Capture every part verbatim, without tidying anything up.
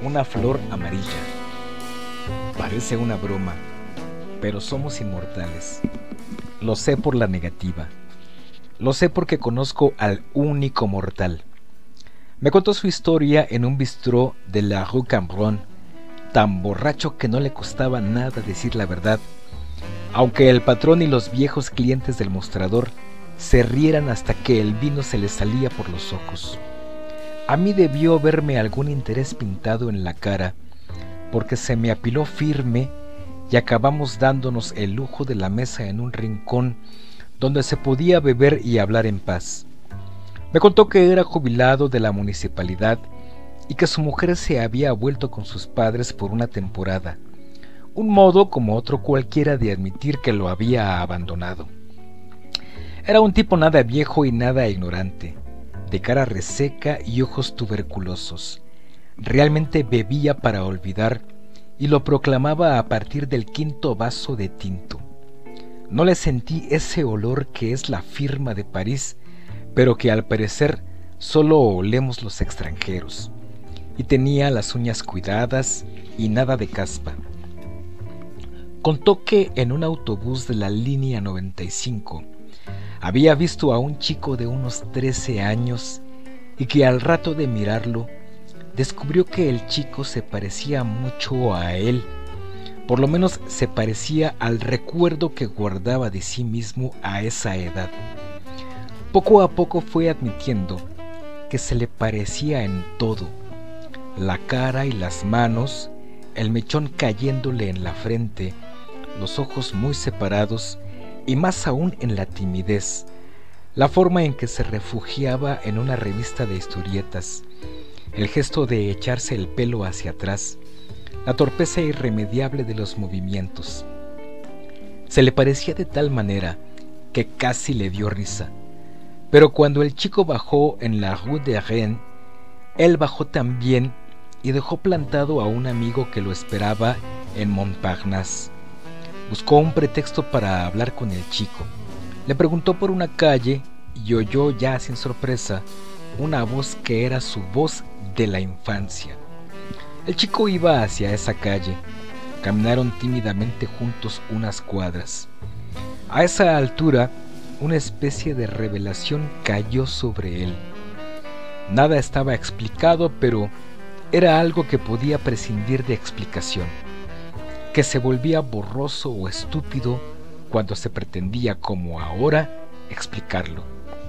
una flor amarilla. Parece una broma, pero somos inmortales. Lo sé por la negativa. Lo sé porque conozco al único mortal. Me contó su historia en un bistró de la Rue Cambronne, tan borracho que no le costaba nada decir la verdad, aunque el patrón y los viejos clientes del mostrador se rieran hasta que el vino se les salía por los ojos. A mí debió verme algún interés pintado en la cara, porque se me apiló firme y acabamos dándonos el lujo de la mesa en un rincón donde se podía beber y hablar en paz. Me contó que era jubilado de la municipalidad y que su mujer se había vuelto con sus padres por una temporada, un modo como otro cualquiera de admitir que lo había abandonado. Era un tipo nada viejo y nada ignorante, de cara reseca y ojos tuberculosos. Realmente bebía para olvidar y lo proclamaba a partir del quinto vaso de tinto. No le sentí ese olor que es la firma de París, pero que al parecer solo olemos los extranjeros. Y tenía las uñas cuidadas y nada de caspa. Contó que en un autobús de la línea noventa y cinco había visto a un chico de unos trece años y que al rato de mirarlo descubrió que el chico se parecía mucho a él. Por lo menos se parecía al recuerdo que guardaba de sí mismo a esa edad. Poco a poco fue admitiendo que se le parecía en todo: la cara y las manos, el mechón cayéndole en la frente, los ojos muy separados y más aún en la timidez, la forma en que se refugiaba en una revista de historietas, el gesto de echarse el pelo hacia atrás, la torpeza irremediable de los movimientos. Se le parecía de tal manera que casi le dio risa. Pero cuando el chico bajó en la Rue de Rennes, él bajó también y dejó plantado a un amigo que lo esperaba en Montparnasse. Buscó un pretexto para hablar con el chico. Le preguntó por una calle y oyó ya sin sorpresa una voz que era su voz de la infancia. El chico iba hacia esa calle. Caminaron tímidamente juntos unas cuadras. A esa altura, una especie de revelación cayó sobre él. Nada estaba explicado, pero era algo que podía prescindir de explicación, que se volvía borroso o estúpido cuando se pretendía, como ahora, explicarlo.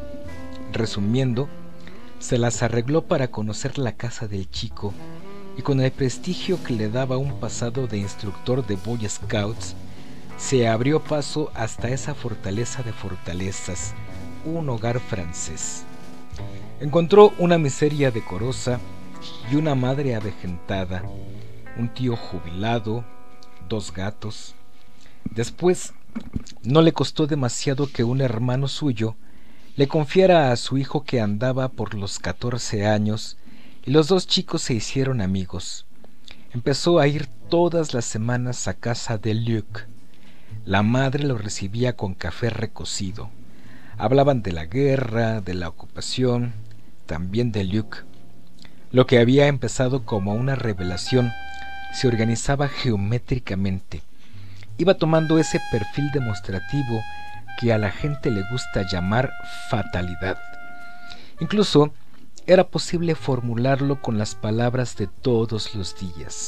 Resumiendo, se las arregló para conocer la casa del chico, y con el prestigio que le daba un pasado de instructor de Boy Scouts, se abrió paso hasta esa fortaleza de fortalezas, un hogar francés. Encontró una miseria decorosa y una madre avejentada, un tío jubilado, dos gatos. Después, no le costó demasiado que un hermano suyo le confiara a su hijo que andaba por los catorce años, y los dos chicos se hicieron amigos. Empezó a ir todas las semanas a casa de Luc. La madre lo recibía con café recocido. Hablaban de la guerra, de la ocupación, también de Luc. Lo que había empezado como una revelación se organizaba geométricamente. Iba tomando ese perfil demostrativo que a la gente le gusta llamar fatalidad. Incluso era posible formularlo con las palabras de todos los días.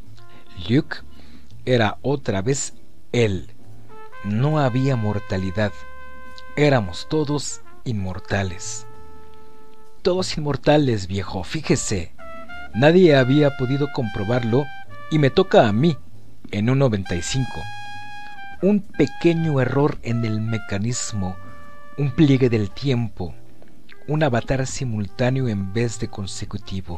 Luc era otra vez él. No había mortalidad. Éramos todos inmortales. Todos inmortales, viejo, fíjese. Nadie había podido comprobarlo y me toca a mí, en un noventa y cinco. Un pequeño error en el mecanismo, un pliegue del tiempo, un avatar simultáneo en vez de consecutivo.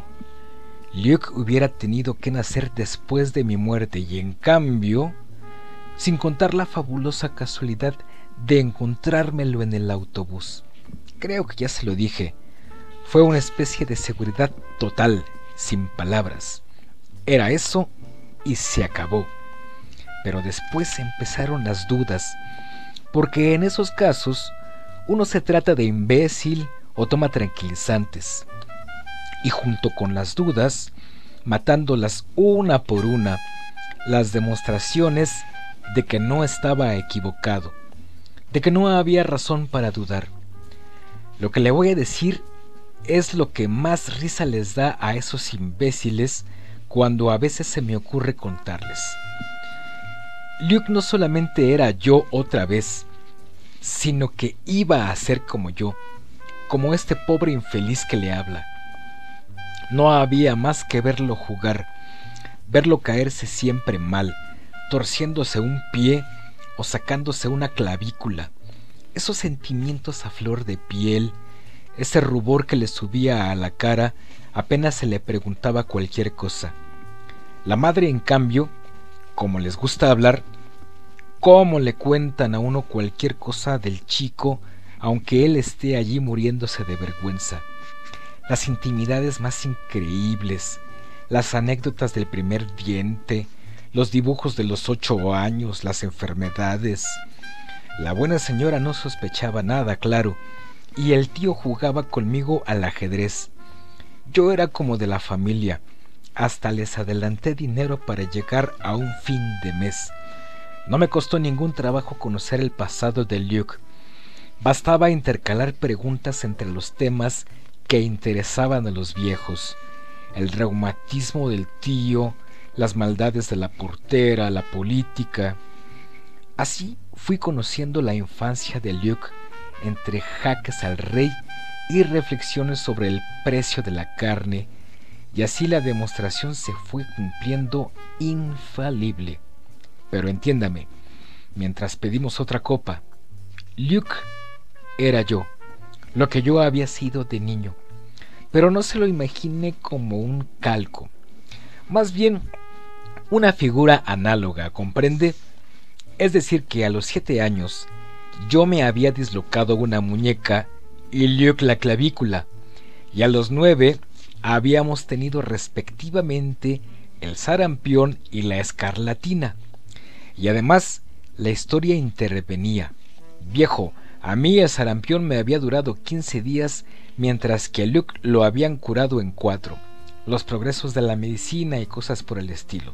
Luc hubiera tenido que nacer después de mi muerte y en cambio, sin contar la fabulosa casualidad de encontrármelo en el autobús. Creo que ya se lo dije. Fue una especie de seguridad total, sin palabras. Era eso y se acabó. Pero después empezaron las dudas, porque en esos casos uno se trata de imbécil o toma tranquilizantes. Y junto con las dudas, matándolas una por una, las demostraciones de que no estaba equivocado, de que no había razón para dudar. Lo que le voy a decir es lo que más risa les da a esos imbéciles cuando a veces se me ocurre contarles. Luke no solamente era yo otra vez, sino que iba a ser como yo, como este pobre infeliz que le habla. No había más que verlo jugar, verlo caerse siempre mal, torciéndose un pie o sacándose una clavícula, esos sentimientos a flor de piel, ese rubor que le subía a la cara apenas se le preguntaba cualquier cosa. La madre, en cambio, como les gusta hablar, cómo le cuentan a uno cualquier cosa del chico, aunque él esté allí muriéndose de vergüenza. Las intimidades más increíbles, las anécdotas del primer diente, los dibujos de los ocho años, las enfermedades. La buena señora no sospechaba nada, claro, y el tío jugaba conmigo al ajedrez. Yo era como de la familia, hasta les adelanté dinero para llegar a un fin de mes. No me costó ningún trabajo conocer el pasado de Luke. Bastaba intercalar preguntas entre los temas que interesaban a los viejos: el reumatismo del tío, las maldades de la portera, la política. Así fui conociendo la infancia de Luke entre jaques al rey y reflexiones sobre el precio de la carne, y así la demostración se fue cumpliendo infalible. Pero entiéndame, mientras pedimos otra copa, Luke era yo, lo que yo había sido de niño, pero no se lo imagine como un calco, más bien una figura análoga, ¿comprende? Es decir, que a los siete años yo me había dislocado una muñeca y Luke la clavícula, y a los nueve habíamos tenido respectivamente el sarampión y la escarlatina. Y además la historia intervenía. Viejo, a mí el sarampión me había durado quince días, mientras que a Luke lo habían curado en cuatro. Los progresos de la medicina y cosas por el estilo.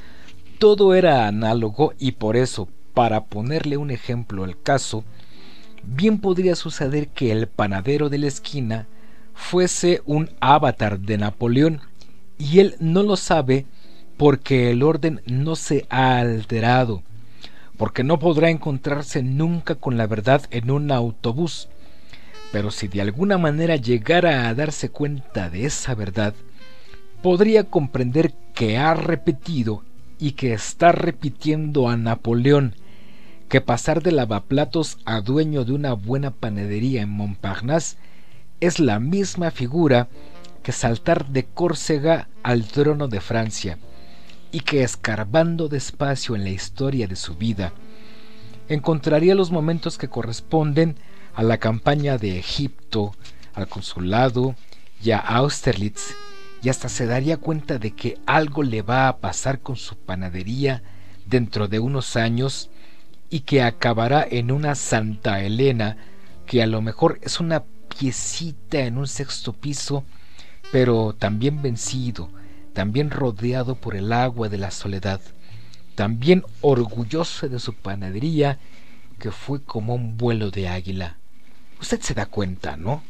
Todo era análogo y por eso, para ponerle un ejemplo al caso, bien podría suceder que el panadero de la esquina fuese un avatar de Napoleón, y él no lo sabe porque el orden no se ha alterado, porque no podrá encontrarse nunca con la verdad en un autobús. Pero si de alguna manera llegara a darse cuenta de esa verdad, podría comprender que ha repetido y que está repitiendo a Napoleón, que pasar de lavaplatos a dueño de una buena panadería en Montparnasse es la misma figura que saltar de Córcega al trono de Francia, y que escarbando despacio en la historia de su vida, encontraría los momentos que corresponden a la campaña de Egipto, al consulado y a Austerlitz, y hasta se daría cuenta de que algo le va a pasar con su panadería dentro de unos años y que acabará en una Santa Elena, que a lo mejor es una piecita en un sexto piso, pero también vencido, también rodeado por el agua de la soledad, también orgulloso de su panadería, que fue como un vuelo de águila. Usted se da cuenta, ¿no?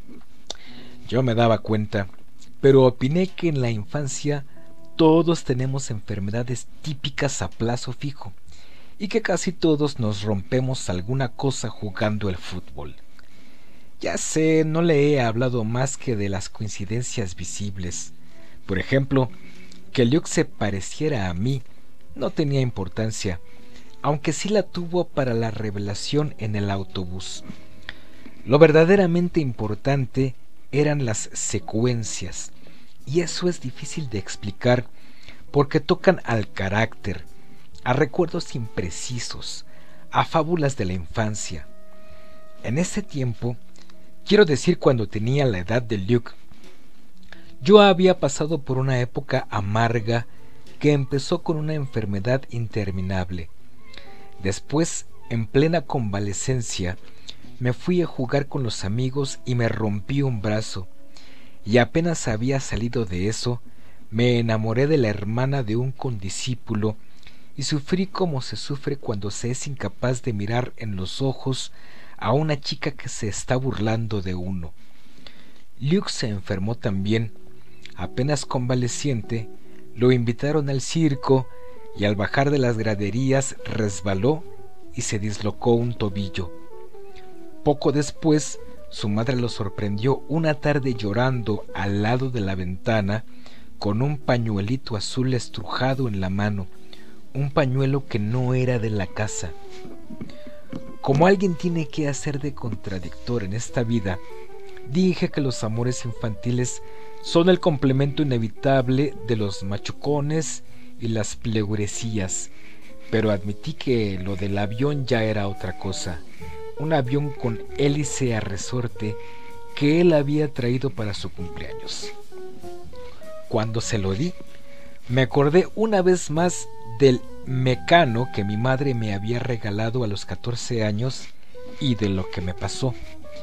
Yo me daba cuenta, pero opiné que en la infancia todos tenemos enfermedades típicas a plazo fijo, y que casi todos nos rompemos alguna cosa jugando el fútbol. Ya sé, no le he hablado más que de las coincidencias visibles. Por ejemplo, que Luke se pareciera a mí no tenía importancia, aunque sí la tuvo para la revelación en el autobús. Lo verdaderamente importante eran las secuencias, y eso es difícil de explicar porque tocan al carácter, a recuerdos imprecisos, a fábulas de la infancia. En ese tiempo, quiero decir cuando tenía la edad de Luke, yo había pasado por una época amarga que empezó con una enfermedad interminable. Después, en plena convalecencia, me fui a jugar con los amigos y me rompí un brazo, y apenas había salido de eso, me enamoré de la hermana de un condiscípulo y sufrí como se sufre cuando se es incapaz de mirar en los ojos a una chica que se está burlando de uno. Luke se enfermó también. Apenas convaleciente, lo invitaron al circo y al bajar de las graderías resbaló y se dislocó un tobillo. Poco después, su madre lo sorprendió una tarde llorando al lado de la ventana con un pañuelito azul estrujado en la mano, un pañuelo que no era de la casa. Como alguien tiene que hacer de contradictor en esta vida, dije que los amores infantiles son el complemento inevitable de los machucones y las pleuresías, pero admití que lo del avión ya era otra cosa, un avión con hélice a resorte que él había traído para su cumpleaños. Cuando se lo di, me acordé una vez más del Mecano que mi madre me había regalado a los catorce años y de lo que me pasó.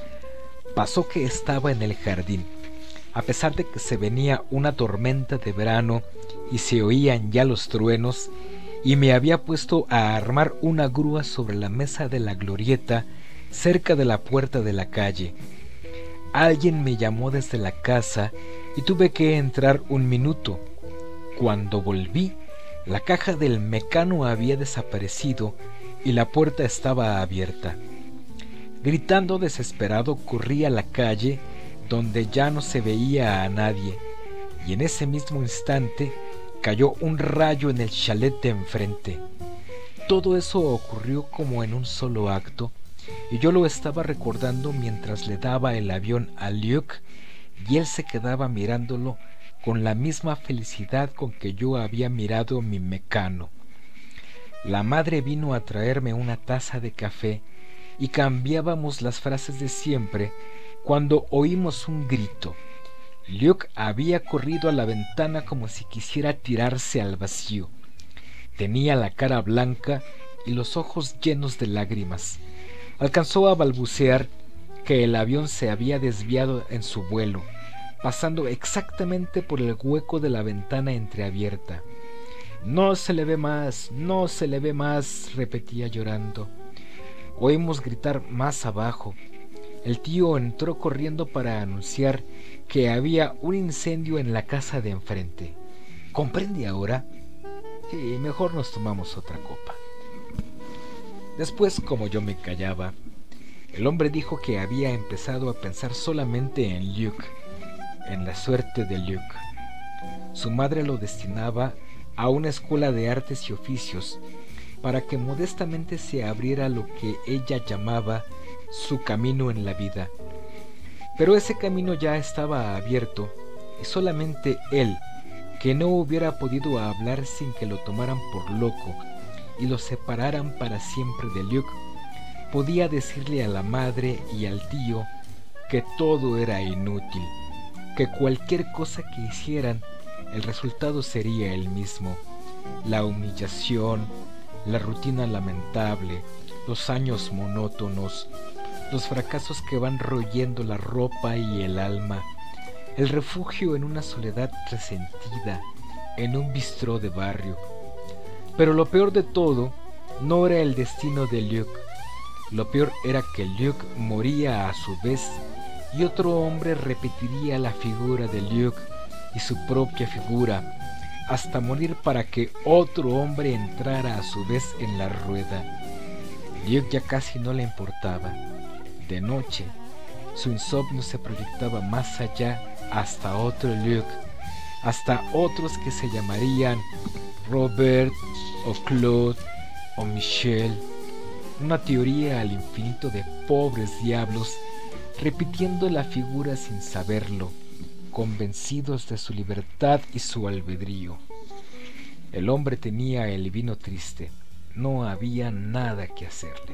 Pasó que estaba en el jardín, a pesar de que se venía una tormenta de verano y se oían ya los truenos, y me había puesto a armar una grúa sobre la mesa de la glorieta cerca de la puerta de la calle. Alguien me llamó desde la casa y tuve que entrar un minuto. Cuando volví, la caja del Mecano había desaparecido y la puerta estaba abierta. Gritando desesperado corrí a la calle donde ya no se veía a nadie, y en ese mismo instante cayó un rayo en el chalet de enfrente. Todo eso ocurrió como en un solo acto, y yo lo estaba recordando mientras le daba el avión a Luke, y él se quedaba mirándolo con la misma felicidad con que yo había mirado mi Mecano. La madre vino a traerme una taza de café y cambiábamos las frases de siempre cuando oímos un grito. Luke había corrido a la ventana como si quisiera tirarse al vacío. Tenía la cara blanca y los ojos llenos de lágrimas. Alcanzó a balbucear que el avión se había desviado en su vuelo, pasando exactamente por el hueco de la ventana entreabierta. «No se le ve más, no se le ve más», repetía llorando. Oímos gritar más abajo. El tío entró corriendo para anunciar que había un incendio en la casa de enfrente. ¿Comprende ahora? Sí, mejor nos tomamos otra copa. Después, como yo me callaba, el hombre dijo que había empezado a pensar solamente en Luke, en la suerte de Luke. Su madre lo destinaba a una escuela de artes y oficios para que modestamente se abriera lo que ella llamaba su camino en la vida. Pero ese camino ya estaba abierto y solamente él, que no hubiera podido hablar sin que lo tomaran por loco y lo separaran para siempre de Luke, podía decirle a la madre y al tío que todo era inútil, que cualquier cosa que hicieran, el resultado sería el mismo: la humillación, la rutina lamentable, los años monótonos, los fracasos que van royendo la ropa y el alma, el refugio en una soledad resentida, en un bistró de barrio. Pero lo peor de todo no era el destino de Luke. Lo peor era que Luke moría a su vez y otro hombre repetiría la figura de Luke y su propia figura, hasta morir para que otro hombre entrara a su vez en la rueda. Luke ya casi no le importaba. De noche, su insomnio se proyectaba más allá hasta otro Luke, hasta otros que se llamarían Robert o Claude o Michel, una teoría al infinito de pobres diablos repitiendo la figura sin saberlo, convencidos de su libertad y su albedrío. El hombre tenía el vino triste, no había nada que hacerle.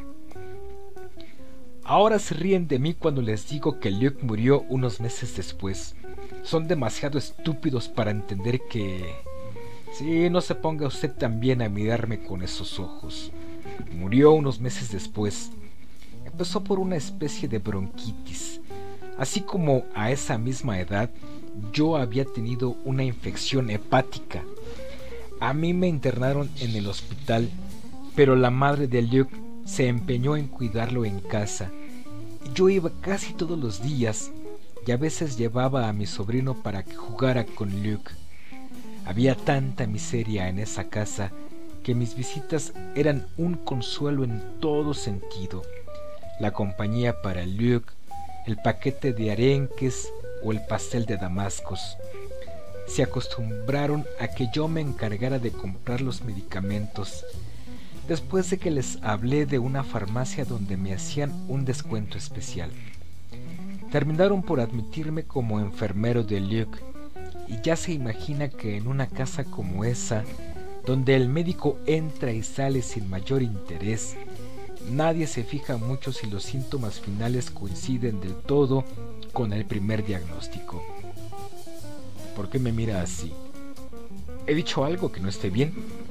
Ahora se ríen de mí cuando les digo que Luke murió unos meses después. Son demasiado estúpidos para entender que... Sí, no se ponga usted también a mirarme con esos ojos. Murió unos meses después. Empezó por una especie de bronquitis. Así como a esa misma edad yo había tenido una infección hepática. A mí me internaron en el hospital, pero la madre de Luke se empeñó en cuidarlo en casa. Yo iba casi todos los días y a veces llevaba a mi sobrino para que jugara con Luke. Había tanta miseria en esa casa que mis visitas eran un consuelo en todo sentido. La compañía para Luke, el paquete de arenques o el pastel de damascos. Se acostumbraron a que yo me encargara de comprar los medicamentos. Después de que les hablé de una farmacia donde me hacían un descuento especial, terminaron por admitirme como enfermero de Luke, y ya se imagina que en una casa como esa, donde el médico entra y sale sin mayor interés, nadie se fija mucho si los síntomas finales coinciden del todo con el primer diagnóstico. ¿Por qué me mira así? ¿He dicho algo que no esté bien?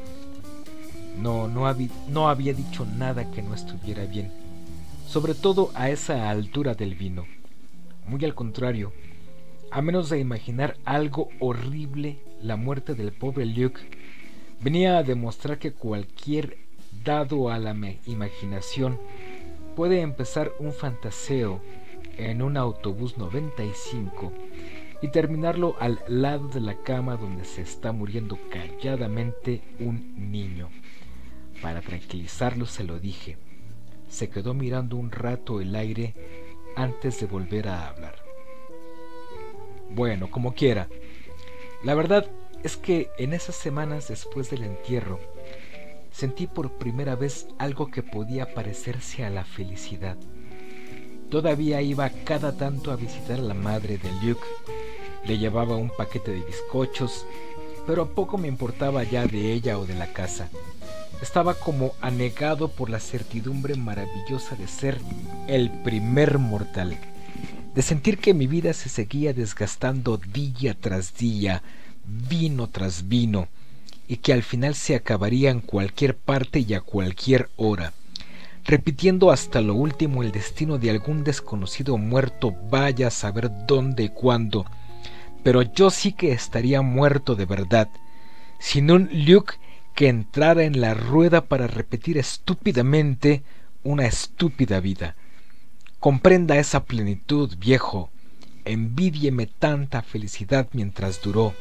No, no, habí, no había dicho nada que no estuviera bien, sobre todo a esa altura del vino. Muy al contrario, a menos de imaginar algo horrible, la muerte del pobre Luke venía a demostrar que cualquier dado a la imaginación puede empezar un fantaseo en un autobús noventa y cinco y terminarlo al lado de la cama donde se está muriendo calladamente un niño. Para tranquilizarlo se lo dije. Se quedó mirando un rato el aire antes de volver a hablar. Bueno, como quiera. La verdad es que en esas semanas después del entierro sentí por primera vez algo que podía parecerse a la felicidad. Todavía iba cada tanto a visitar a la madre de Luke. Le llevaba un paquete de bizcochos, pero poco me importaba ya de ella o de la casa. Estaba como anegado por la certidumbre maravillosa de ser el primer mortal, de sentir que mi vida se seguía desgastando día tras día, vino tras vino, y que al final se acabaría en cualquier parte y a cualquier hora, repitiendo hasta lo último el destino de algún desconocido muerto, vaya a saber dónde y cuándo. Pero yo sí que estaría muerto de verdad, sin un Luke que entrara en la rueda para repetir estúpidamente una estúpida vida. Comprenda esa plenitud, viejo, envídieme tanta felicidad mientras duró,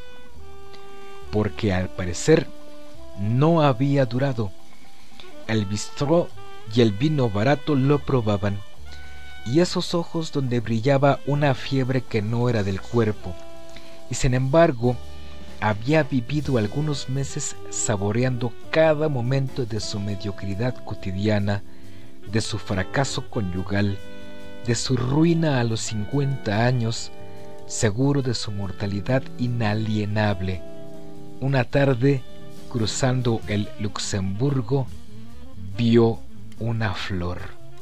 porque al parecer no había durado. El bistró y el vino barato lo probaban, y esos ojos donde brillaba una fiebre que no era del cuerpo, y sin embargo había vivido algunos meses saboreando cada momento de su mediocridad cotidiana, de su fracaso conyugal, de su ruina a los cincuenta años, seguro de su mortalidad inalienable. Una tarde, cruzando el Luxemburgo, vio una flor.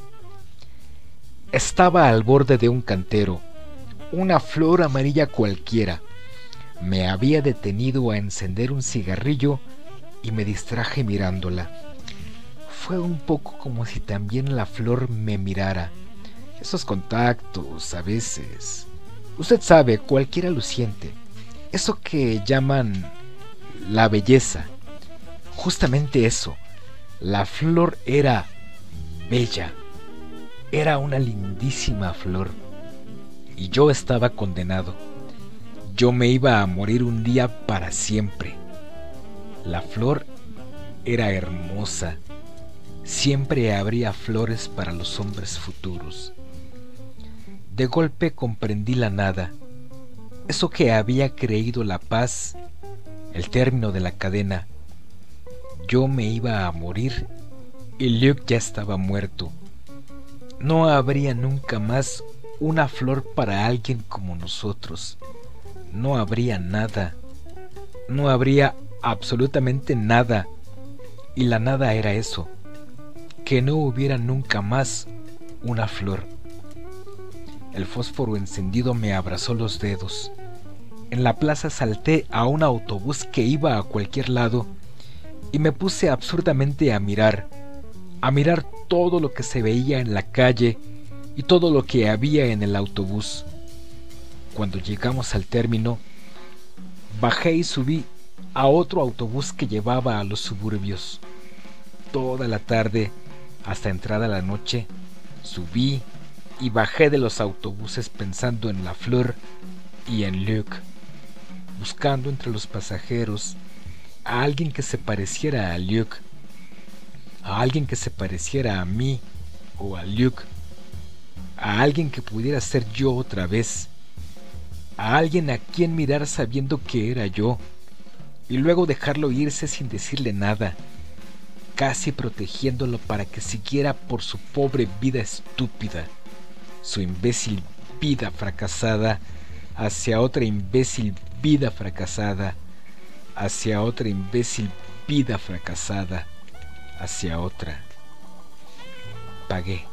Estaba al borde de un cantero, una flor amarilla cualquiera. Me había detenido a encender un cigarrillo y me distraje mirándola. Fue un poco como si también la flor me mirara. Esos contactos, a veces. Usted sabe, cualquiera lo siente. Eso que llaman la belleza. Justamente eso. La flor era bella. Era una lindísima flor. Y yo estaba condenado. Yo me iba a morir un día para siempre. La flor era hermosa. Siempre habría flores para los hombres futuros. De golpe comprendí la nada. Eso que había creído la paz, el término de la cadena. Yo me iba a morir y Luke ya estaba muerto. No habría nunca más una flor para alguien como nosotros. No habría nada, no habría absolutamente nada, y la nada era eso, que no hubiera nunca más una flor. El fósforo encendido me abrazó los dedos. En la plaza salté a un autobús que iba a cualquier lado y me puse absurdamente a mirar, a mirar todo lo que se veía en la calle y todo lo que había en el autobús. Cuando llegamos al término, bajé y subí a otro autobús que llevaba a los suburbios. Toda la tarde, hasta entrada la noche, subí y bajé de los autobuses pensando en la Fleur y en Luc, buscando entre los pasajeros a alguien que se pareciera a Luc, a alguien que se pareciera a mí o a Luc, a alguien que pudiera ser yo otra vez, a alguien a quien mirar sabiendo que era yo, y luego dejarlo irse sin decirle nada, casi protegiéndolo para que siguiera por su pobre vida estúpida, su imbécil vida fracasada, hacia otra imbécil vida fracasada, hacia otra imbécil vida fracasada, hacia otra. Pagué.